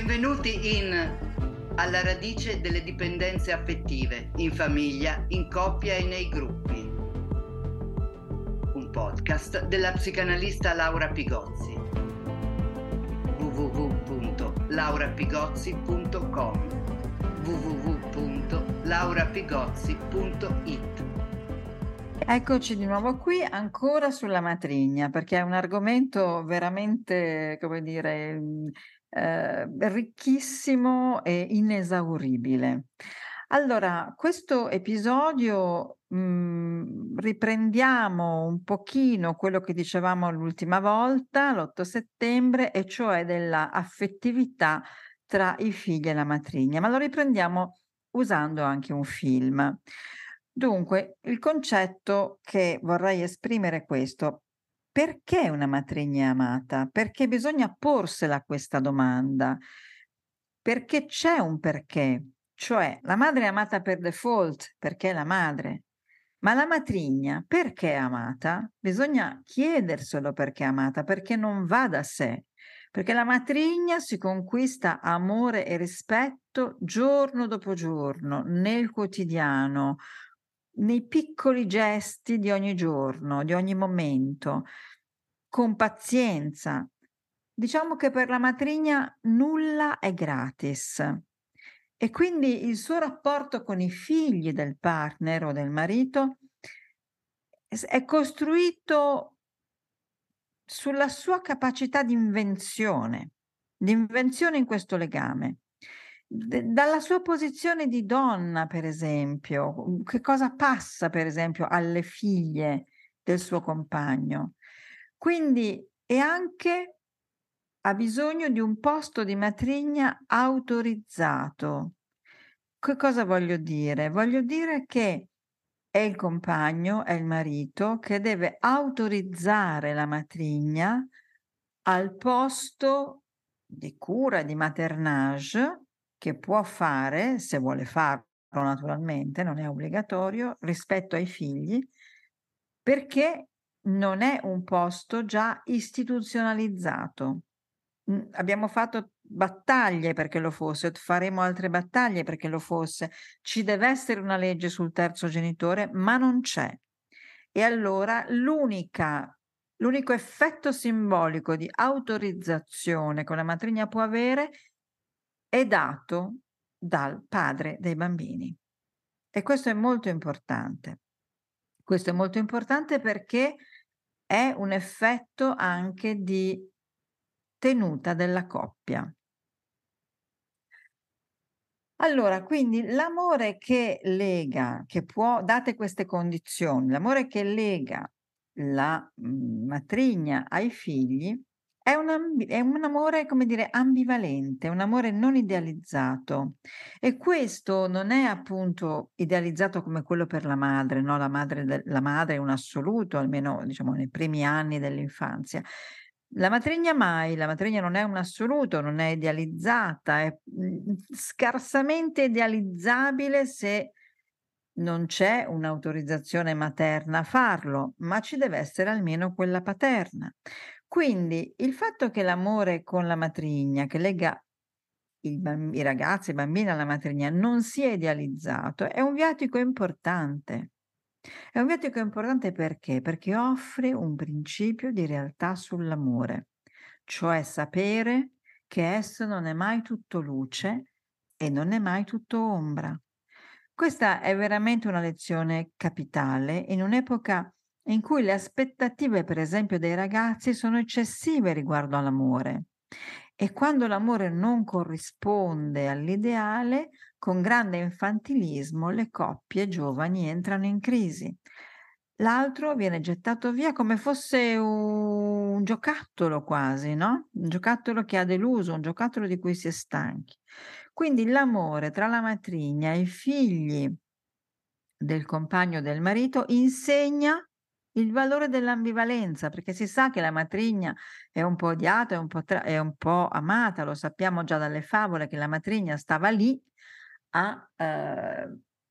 Benvenuti in Alla radice delle dipendenze affettive, in famiglia, in coppia e nei gruppi. Un podcast della psicanalista Laura Pigozzi. www.laurapigozzi.com www.laurapigozzi.it. Eccoci di nuovo qui, ancora sulla matrigna, perché è un argomento veramente, come dire, ricchissimo e inesauribile. Allora, questo episodio riprendiamo un pochino quello che dicevamo l'ultima volta, l'8 settembre, e cioè della affettività tra i figli e la matrigna, ma lo riprendiamo usando anche un film. Dunque, il concetto che vorrei esprimere è questo: perché una matrigna è amata? Perché bisogna porsela questa domanda, perché c'è un perché, cioè la madre è amata per default perché è la madre, ma la matrigna perché è amata? Bisogna chiederselo perché è amata, perché non va da sé, perché la matrigna si conquista amore e rispetto giorno dopo giorno, nel quotidiano, nei piccoli gesti di ogni giorno, di ogni momento, con pazienza. Diciamo che per la matrigna nulla è gratis e quindi il suo rapporto con i figli del partner o del marito è costruito sulla sua capacità di invenzione in questo legame. Dalla sua posizione di donna, per esempio, che cosa passa, per esempio, alle figlie del suo compagno. Quindi e anche ha bisogno di un posto di matrigna autorizzato. Che cosa voglio dire? Voglio dire che è il compagno, è il marito che deve autorizzare la matrigna al posto di cura, di maternage che può fare, se vuole farlo naturalmente, non è obbligatorio, rispetto ai figli, perché non è un posto già istituzionalizzato. Abbiamo fatto battaglie perché lo fosse, faremo altre battaglie perché lo fosse. Ci deve essere una legge sul terzo genitore, ma non c'è. E allora l'unico effetto simbolico di autorizzazione che una matrigna può avere è dato dal padre dei bambini. E questo è molto importante. Questo è molto importante perché è un effetto anche di tenuta della coppia. Allora, quindi l'amore che lega, che può date queste condizioni, l'amore che lega la, matrigna ai figli è un amore, come dire, ambivalente, un amore non idealizzato. E questo non è appunto idealizzato come quello per la madre, no, la madre è un assoluto, almeno diciamo nei primi anni dell'infanzia. La matrigna mai, la matrigna non è un assoluto, non è idealizzata, è, scarsamente idealizzabile se non c'è un'autorizzazione materna a farlo, ma ci deve essere almeno quella paterna. Quindi il fatto che l'amore con la matrigna, che lega i ragazzi, i bambini alla matrigna, non sia idealizzato, è un viatico importante. È un viatico importante perché? Perché offre un principio di realtà sull'amore, cioè sapere che esso non è mai tutto luce e non è mai tutto ombra. Questa è veramente una lezione capitale in un'epoca in cui le aspettative, per esempio, dei ragazzi sono eccessive riguardo all'amore. E quando l'amore non corrisponde all'ideale, con grande infantilismo le coppie giovani entrano in crisi. L'altro viene gettato via come fosse un giocattolo quasi, no, un giocattolo che ha deluso, un giocattolo di cui si è stanchi. Quindi l'amore tra la matrigna e i figli del compagno del marito insegna il valore dell'ambivalenza, perché si sa che la matrigna è un po' odiata, è un po' amata, lo sappiamo già dalle favole che la matrigna stava lì a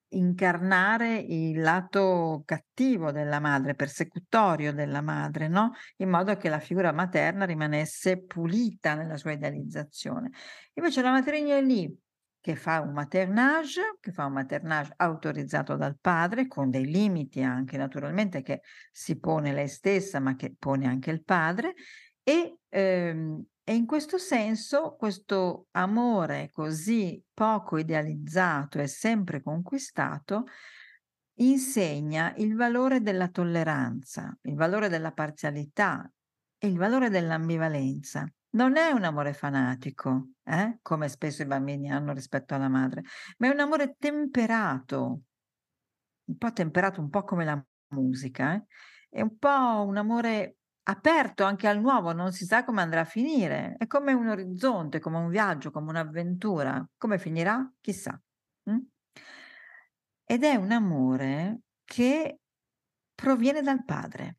incarnare il lato cattivo della madre, persecutorio della madre, no, in modo che la figura materna rimanesse pulita nella sua idealizzazione. Invece la matrigna è lì che fa un maternage autorizzato dal padre, con dei limiti anche naturalmente che si pone lei stessa, ma che pone anche il padre, e in questo senso, questo amore così poco idealizzato e sempre conquistato, insegna il valore della tolleranza, il valore della parzialità e il valore dell'ambivalenza. Non è un amore fanatico, come spesso i bambini hanno rispetto alla madre, ma è un amore temperato, un po' temperato, un po' come la musica, è un po' un amore aperto anche al nuovo, non si sa come andrà a finire. È come un orizzonte, come un viaggio, come un'avventura. Come finirà? Chissà. Mh? Ed è un amore che proviene dal padre.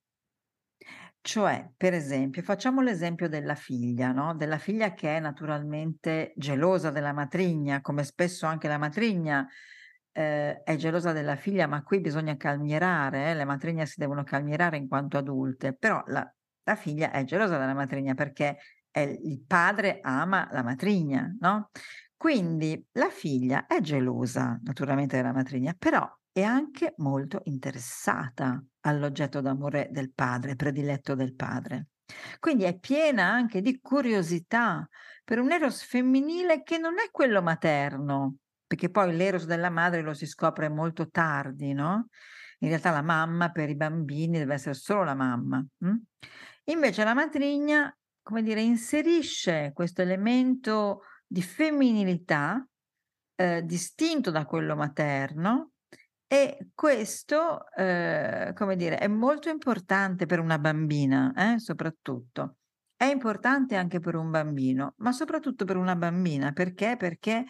Cioè, per esempio, facciamo l'esempio della figlia, no, della figlia che è naturalmente gelosa della matrigna, come spesso anche la matrigna, è gelosa della figlia, ma qui bisogna calmierare, le matrigne si devono calmierare in quanto adulte, però la figlia è gelosa della matrigna perché il padre ama la matrigna, no, quindi la figlia è gelosa naturalmente della matrigna, però è anche molto interessata all'oggetto d'amore del padre, prediletto del padre. Quindi è piena anche di curiosità per un eros femminile che non è quello materno, perché poi l'eros della madre lo si scopre molto tardi, no? In realtà la mamma per i bambini deve essere solo la mamma. Invece la matrigna, come dire, inserisce questo elemento di femminilità, distinto da quello materno, e questo, come dire, è molto importante per una bambina, soprattutto. È importante anche per un bambino, ma soprattutto per una bambina. Perché? Perché,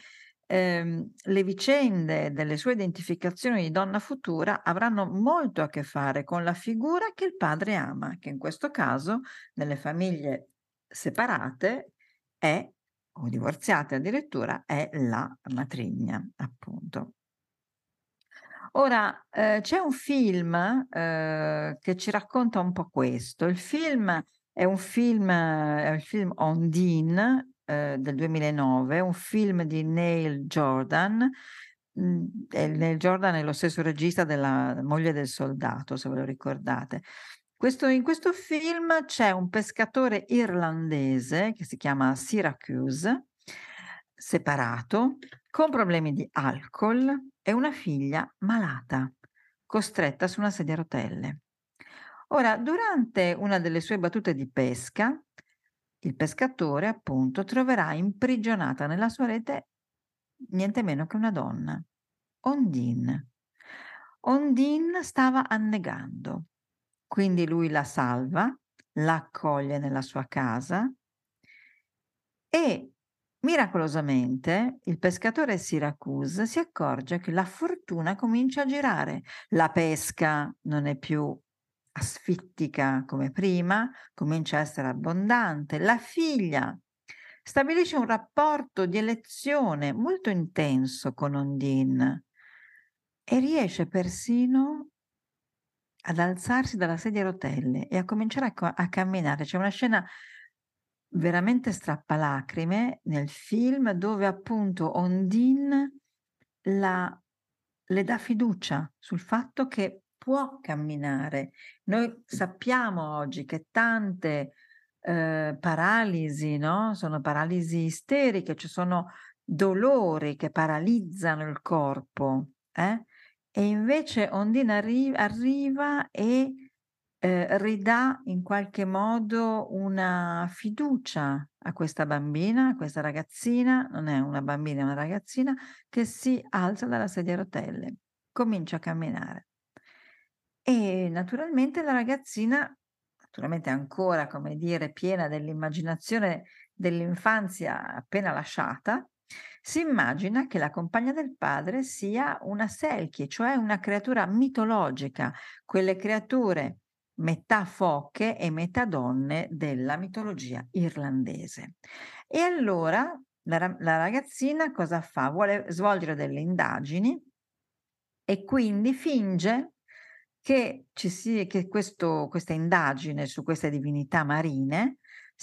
le vicende delle sue identificazioni di donna futura avranno molto a che fare con la figura che il padre ama, che in questo caso, nelle famiglie separate, è o divorziate addirittura, è la matrigna, appunto. Ora, c'è un film, che ci racconta un po' questo. Il film è il film Ondine, del 2009, un film di Neil Jordan. E Neil Jordan è lo stesso regista della Moglie del soldato, se ve lo ricordate. In questo film c'è un pescatore irlandese che si chiama Syracuse, separato, con problemi di alcol e una figlia malata, costretta su una sedia a rotelle. Ora, durante una delle sue battute di pesca, il pescatore, appunto, troverà imprigionata nella sua rete niente meno che una donna, Ondine. Ondine stava annegando, quindi lui la salva, la accoglie nella sua casa e miracolosamente il pescatore Syracuse si accorge che la fortuna comincia a girare. La pesca non è più asfittica come prima, comincia a essere abbondante. La figlia stabilisce un rapporto di elezione molto intenso con Ondine e riesce persino ad alzarsi dalla sedia a rotelle e a cominciare a camminare. C'è una scena veramente strappalacrime nel film dove appunto Ondine la le dà fiducia sul fatto che può camminare. Noi sappiamo oggi che tante, paralisi, no, sono paralisi isteriche, ci sono dolori che paralizzano il corpo, e invece Ondine arriva e ridà in qualche modo una fiducia a questa bambina, a questa ragazzina, non è una bambina, è una ragazzina, che si alza dalla sedia a rotelle, comincia a camminare. E naturalmente la ragazzina, naturalmente ancora, come dire, piena dell'immaginazione dell'infanzia appena lasciata, si immagina che la compagna del padre sia una Selkie, cioè una creatura mitologica, quelle creature metà foche e metà donne della mitologia irlandese. E allora la ragazzina cosa fa? Vuole svolgere delle indagini e quindi finge che questa indagine su queste divinità marine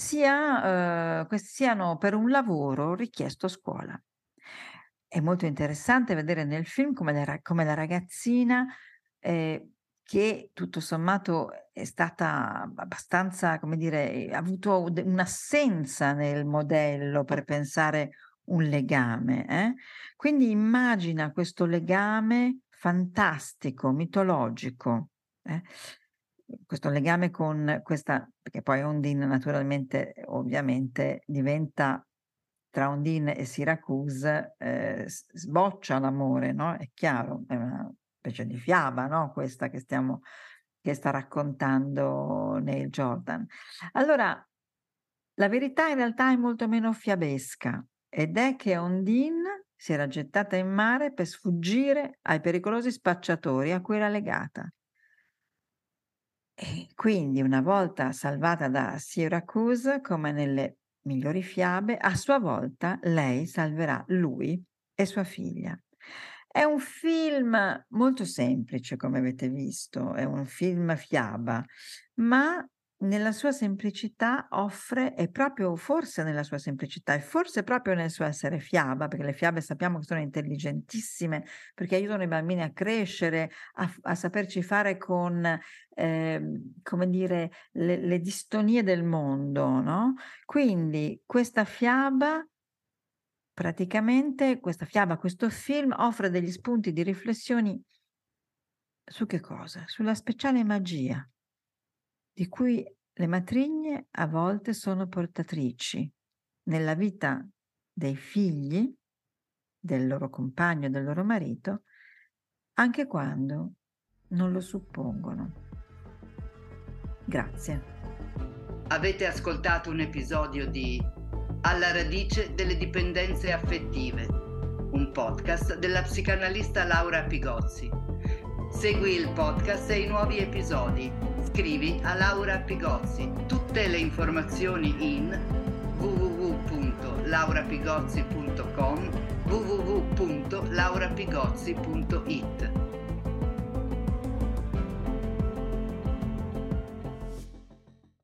siano per un lavoro richiesto a scuola. È molto interessante vedere nel film come la ragazzina, che tutto sommato è stata abbastanza, come dire, ha avuto un'assenza nel modello per pensare un legame, quindi immagina questo legame fantastico, mitologico, questo legame con questa, perché poi Ondine naturalmente, ovviamente diventa, tra Ondine e Syracuse, sboccia l'amore, no, è chiaro, è una specie di fiaba, no, questa che sta raccontando Neil Jordan. Allora, la verità in realtà è molto meno fiabesca, ed è che Ondine si era gettata in mare per sfuggire ai pericolosi spacciatori a cui era legata. E quindi, una volta salvata da Syracuse, come nelle migliori fiabe, a sua volta lei salverà lui e sua figlia. È un film molto semplice, come avete visto, è un film fiaba, ma nella sua semplicità offre, e proprio forse nella sua semplicità e forse proprio nel suo essere fiaba, perché le fiabe sappiamo che sono intelligentissime, perché aiutano i bambini a crescere, a saperci fare con, come dire, le distonie del mondo, no, quindi questa fiaba, praticamente questa fiaba, questo film offre degli spunti di riflessioni su che cosa? Sulla speciale magia di cui le matrigne a volte sono portatrici nella vita dei figli, del loro compagno, del loro marito, anche quando non lo suppongono. Grazie. Avete ascoltato un episodio di Alla radice delle dipendenze affettive, un podcast della psicanalista Laura Pigozzi. Segui il podcast e i nuovi episodi. Scrivi a Laura Pigozzi. Tutte le informazioni in www.laurapigozzi.com, www.laurapigozzi.it.